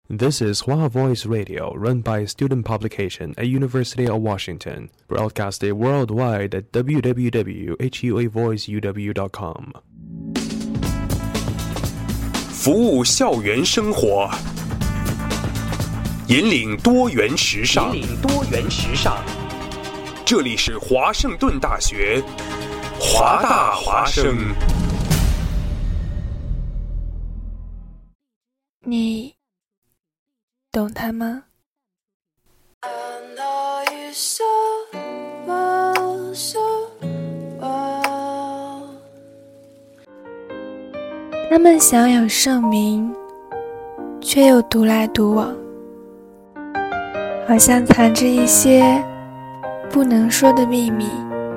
This is Hua Voice Radio, run by a student publication at University of Washington, broadcasted worldwide at www.huavoiceuw.com. 服务校园生活，引领多元时尚。这里是华盛顿大学，华大华生。 你懂他吗？他们享有盛名，却又独来独往，好像藏着一些不能说的秘密。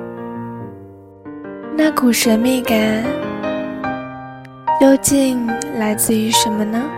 那股神秘感究竟来自于什么呢？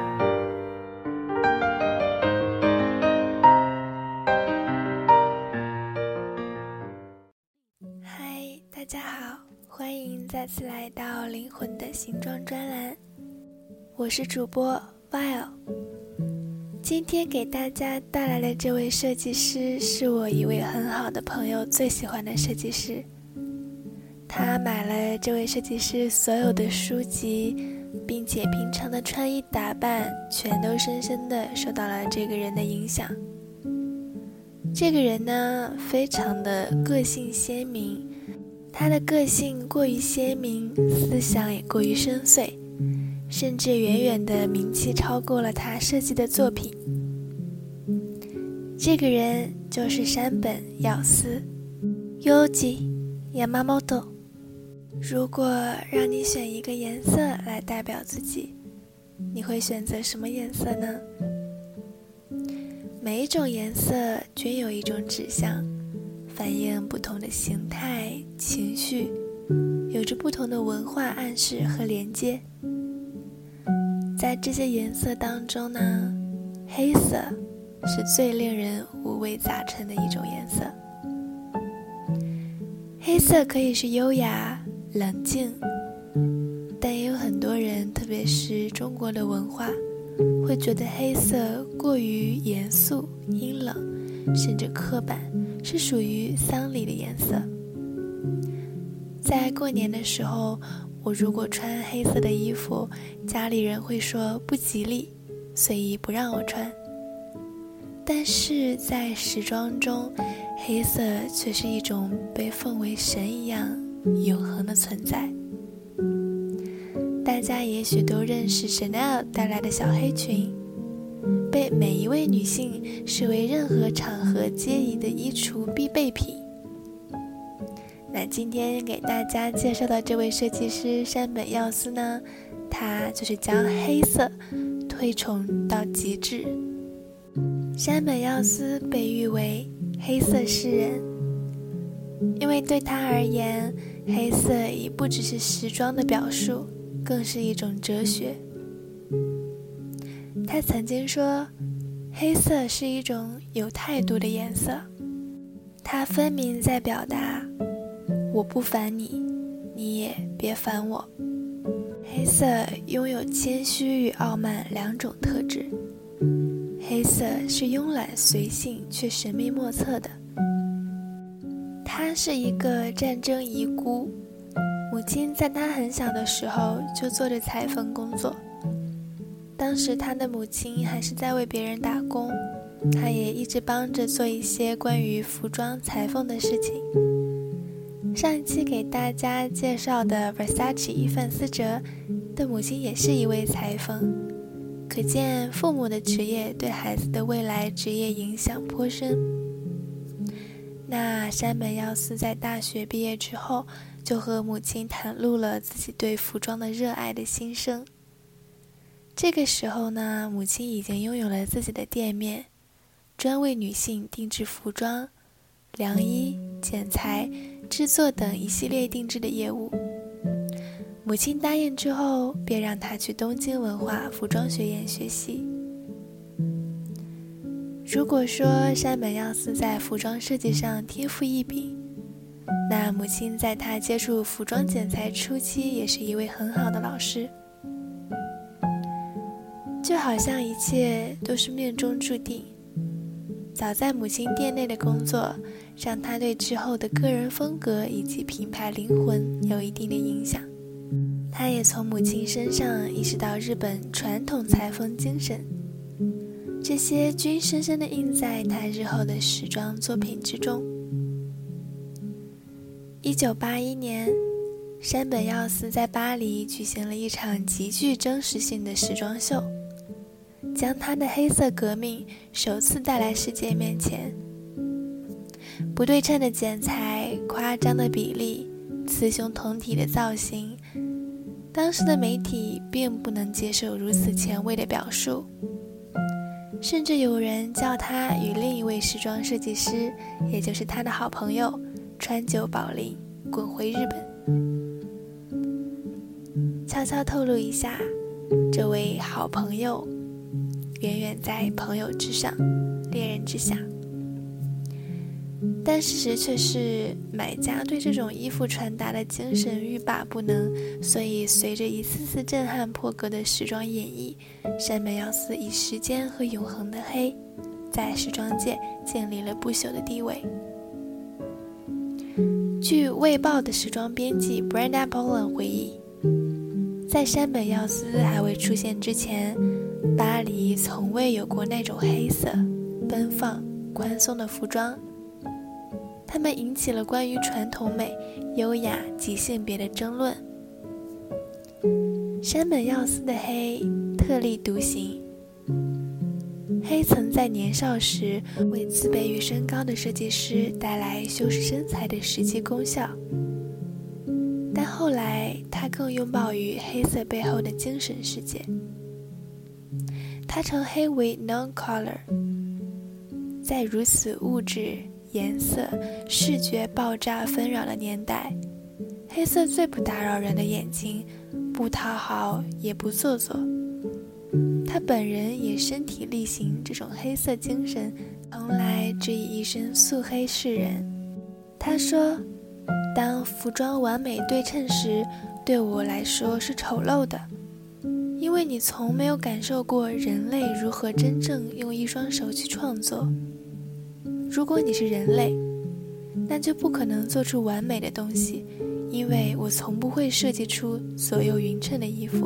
大家好，欢迎再次来到灵魂的形状专栏，我是主播 Vile。 今天给大家带来的这位设计师是我一位很好的朋友最喜欢的设计师，他买了这位设计师所有的书籍，并且平常的穿衣打扮全都深深地受到了这个人的影响。这个人呢，非常的个性鲜明，他的个性过于鲜明，思想也过于深邃，甚至远远的名气超过了他设计的作品。这个人就是山本耀司 Yohji Yamamoto。 如果让你选一个颜色来代表自己，你会选择什么颜色呢？每一种颜色均有一种指向，反映不同的形态、情绪，有着不同的文化暗示和连接。在这些颜色当中呢，黑色是最令人五味杂陈的一种颜色。黑色可以是优雅、冷静，但也有很多人，特别是中国的文化，会觉得黑色过于严肃、阴冷，甚至刻板，是属于丧礼的颜色。在过年的时候，我如果穿黑色的衣服，家里人会说不吉利，所以不让我穿。但是在时装中，黑色却是一种被奉为神一样永恒的存在。大家也许都认识 Chanel 带来的小黑裙，被每一位女性视为任何场合皆宜的衣橱必备品。那今天给大家介绍的这位设计师山本耀司呢，他就是将黑色推崇到极致。山本耀司被誉为黑色诗人，因为对他而言，黑色已不只是时装的表述，更是一种哲学。他曾经说，黑色是一种有态度的颜色，它分明在表达我不烦你，你也别烦我。黑色拥有谦虚与傲慢两种特质，黑色是慵懒随性却神秘莫测的。他是一个战争遗孤，母亲在他很小的时候就做着裁缝工作，当时他的母亲还是在为别人打工，他也一直帮着做一些关于服装裁缝的事情。上一期给大家介绍的 Versace 范思哲的母亲也是一位裁缝，可见父母的职业对孩子的未来职业影响颇深。那山本耀司在大学毕业之后，就和母亲袒露了自己对服装的热爱的心声。这个时候呢，母亲已经拥有了自己的店面，专为女性定制服装、量衣、剪裁、制作等一系列定制的业务。母亲答应之后，便让她去东京文化服装学院学习。如果说山本耀司在服装设计上天赋异禀，那母亲在她接触服装剪裁初期也是一位很好的老师。 就好像一切都是命中注定。早在母亲店内的工作，让他对之后的个人风格以及品牌灵魂有一定的影响。他也从母亲身上意识到日本传统裁缝精神，这些均深深地印在他日后的时装作品之中。1981年，山本耀司在巴黎举行了一场极具真实性的时装秀，将他的黑色革命首次带来世界面前。不对称的剪裁，夸张的比例，雌雄同体的造型，当时的媒体并不能接受如此前卫的表述，甚至有人叫他与另一位时装设计师，也就是他的好朋友川久保玲滚回日本。悄悄透露一下，这位好朋友远远在朋友之上，恋人之下。但事实却是，买家对这种衣服传达的精神欲罢不能，所以随着一次次震撼破格的时装演绎，山本耀司以时间和永恒的黑，在时装界建立了不朽的地位。据《卫报》的时装编辑 Brenda Poland 回忆，在山本耀司还未出现之前，巴黎从未有过那种黑色、奔放、宽松的服装。他们引起了关于传统美、优雅及性别的争论。山本耀司的黑特立独行，黑曾在年少时为自卑与身高的设计师带来修饰身材的实际功效，但后来他更拥抱于黑色背后的精神世界。他称黑为 non-color。 在如此物质、颜色、视觉爆炸纷扰的年代，黑色最不打扰人的眼睛，不讨好也不做作。他本人也身体力行这种黑色精神，从来只以一身素黑示人。他说，当服装完美对称时，对我来说是丑陋的，因为你从没有感受过人类如何真正用一双手去创作。如果你是人类，那就不可能做出完美的东西，因为我从不会设计出所有匀称的衣服。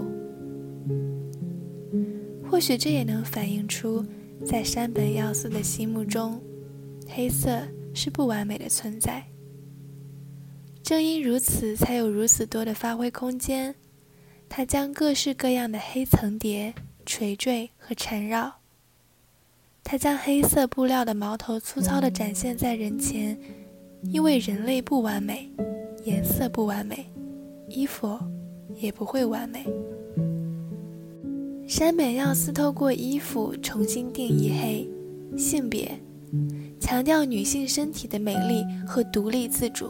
或许这也能反映出，在山本耀司的心目中，黑色是不完美的存在。正因如此，才有如此多的发挥空间。他将各式各样的黑层叠、垂坠和缠绕。他将黑色布料的毛头粗糙地展现在人前，因为人类不完美，颜色不完美，衣服也不会完美。山本耀司透过衣服重新定义黑、性别，强调女性身体的美丽和独立自主。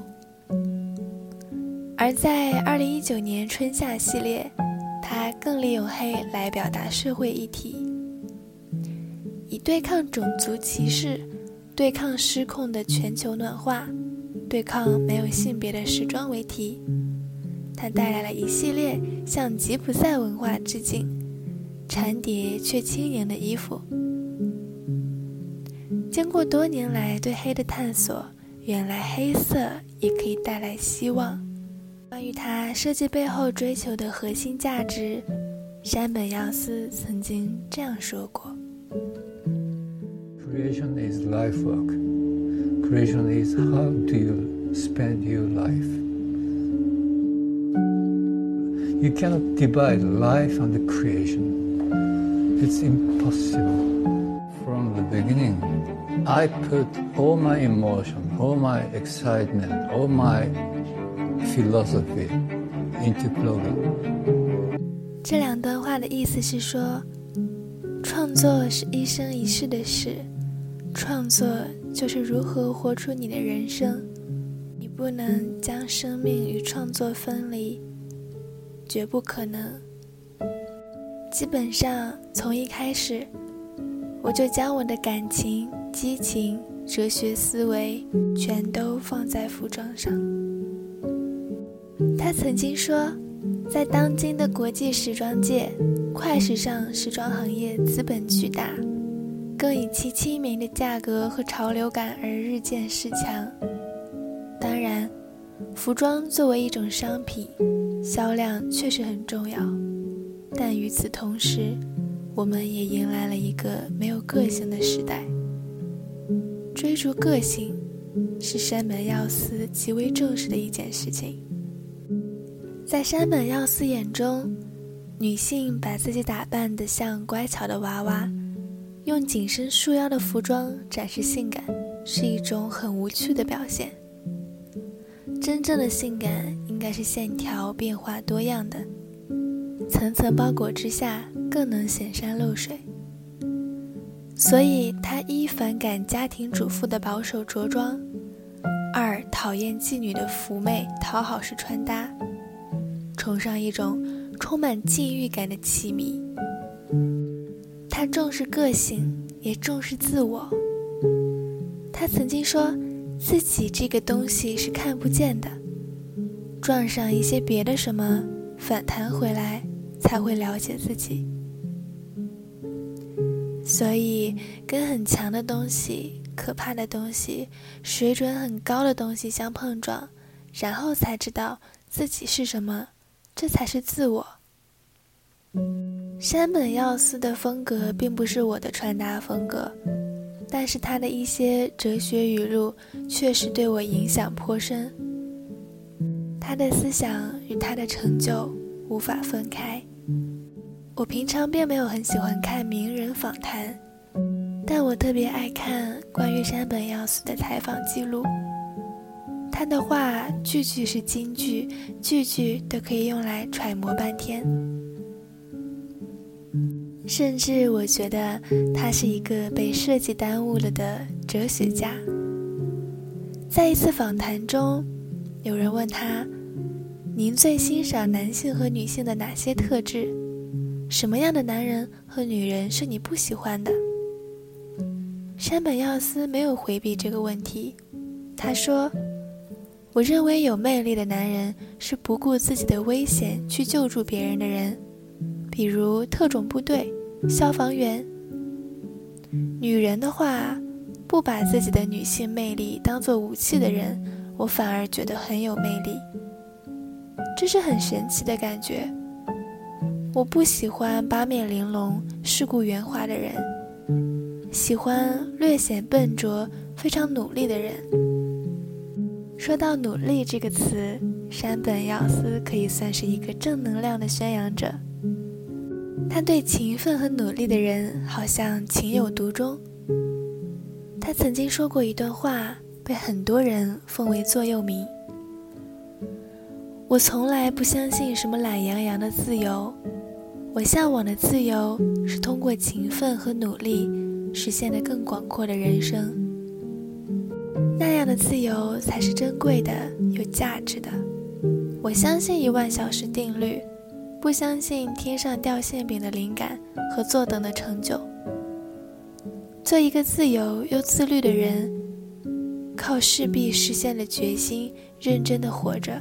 而在2019年春夏系列，他更利用黑来表达社会议题，以对抗种族歧视、对抗失控的全球暖化、对抗没有性别的时装为题，他带来了一系列向吉普赛文化致敬、缠叠却轻盈的衣服。经过多年来对黑的探索，原来黑色也可以带来希望。关于他设计背后追求的核心价值，山本耀司曾经这样说过。 Creation is life work. Creation is how do you spend your life. You cannot divide life and the creation. It's impossible. From the beginning, I put all my emotion, all my excitement, all my philosophy into clothing. 这两段话的意思是说，创作是一生一世的事，创作就是如何活出你的人生，你不能将生命与创作分离，绝不可能。基本上从一开始，我就将我的感情、激情、哲学思维全都放在服装上。他曾经说， 在当今的国际时装界，快时尚时装行业资本巨大，更以其亲民的价格和潮流感而日渐势强。当然，服装作为一种商品，销量确实很重要，但与此同时，我们也迎来了一个没有个性的时代。追逐个性是山本耀司极为重视的一件事情。在山本耀司眼中，女性把自己打扮得像乖巧的娃娃，用紧身束腰的服装展示性感，是一种很无趣的表现。真正的性感应该是线条变化多样的，层层包裹之下更能显山露水。所以他一反感家庭主妇的保守着装，二讨厌妓女的妩媚讨好式穿搭，崇尚一种充满禁欲感的气迷。他重视个性，也重视自我。他曾经说，自己这个东西是看不见的，撞上一些别的什么，反弹回来才会了解自己。所以跟很强的东西、可怕的东西、水准很高的东西相碰撞，然后才知道自己是什么，这才是自我。山本耀司的风格并不是我的穿搭风格，但是他的一些哲学语录确实对我影响颇深。他的思想与他的成就无法分开。我平常并没有很喜欢看名人访谈，但我特别爱看关于山本耀司的采访记录。他的话句句是金句，句句都可以用来揣摩半天。甚至我觉得他是一个被设计耽误了的哲学家。在一次访谈中，有人问他，您最欣赏男性和女性的哪些特质？什么样的男人和女人是你不喜欢的？山本耀司没有回避这个问题，他说，我认为有魅力的男人是不顾自己的危险去救助别人的人，比如特种部队、消防员。女人的话，不把自己的女性魅力当作武器的人，我反而觉得很有魅力。这是很神奇的感觉。我不喜欢八面玲珑、世故圆滑的人，喜欢略显笨拙、非常努力的人。说到努力这个词，山本耀司可以算是一个正能量的宣扬者。他对勤奋和努力的人好像情有独钟。他曾经说过一段话，被很多人奉为座右铭。我从来不相信什么懒洋洋的自由，我向往的自由是通过勤奋和努力实现的更广阔的人生。那样的自由才是珍贵的、有价值的。我相信10000小时定律，不相信天上掉馅饼的灵感和坐等的成就。做一个自由又自律的人，靠势必实现的决心，认真的活着。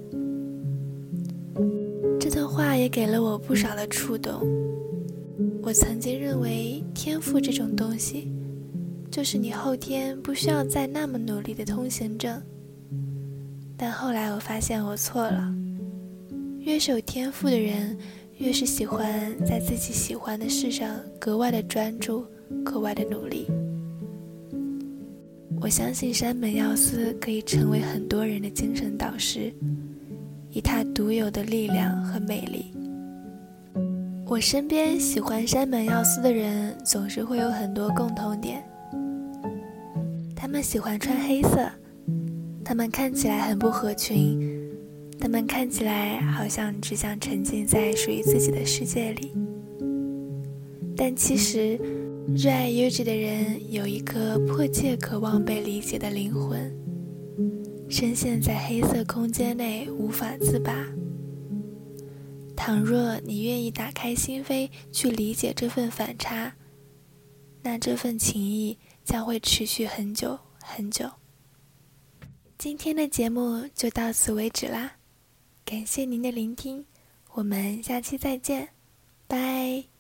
这段话也给了我不少的触动。我曾经认为天赋这种东西，就是你后天不需要再那么努力的通行证。但后来我发现我错了，越是有天赋的人，越是喜欢在自己喜欢的事上格外的专注，格外的努力。我相信山本耀司可以成为很多人的精神导师，以他独有的力量和魅力。我身边喜欢山本耀司的人总是会有很多共同点，他们喜欢穿黑色，他们看起来很不合群，他们看起来好像只想沉浸在属于自己的世界里。但其实热爱 Yuji 的人有一颗迫切渴望被理解的灵魂，深陷在黑色空间内无法自拔。倘若你愿意打开心扉去理解这份反差，那这份情谊将会持续很久很久。今天的节目就到此为止啦，感谢您的聆听， 我们下期再见，拜。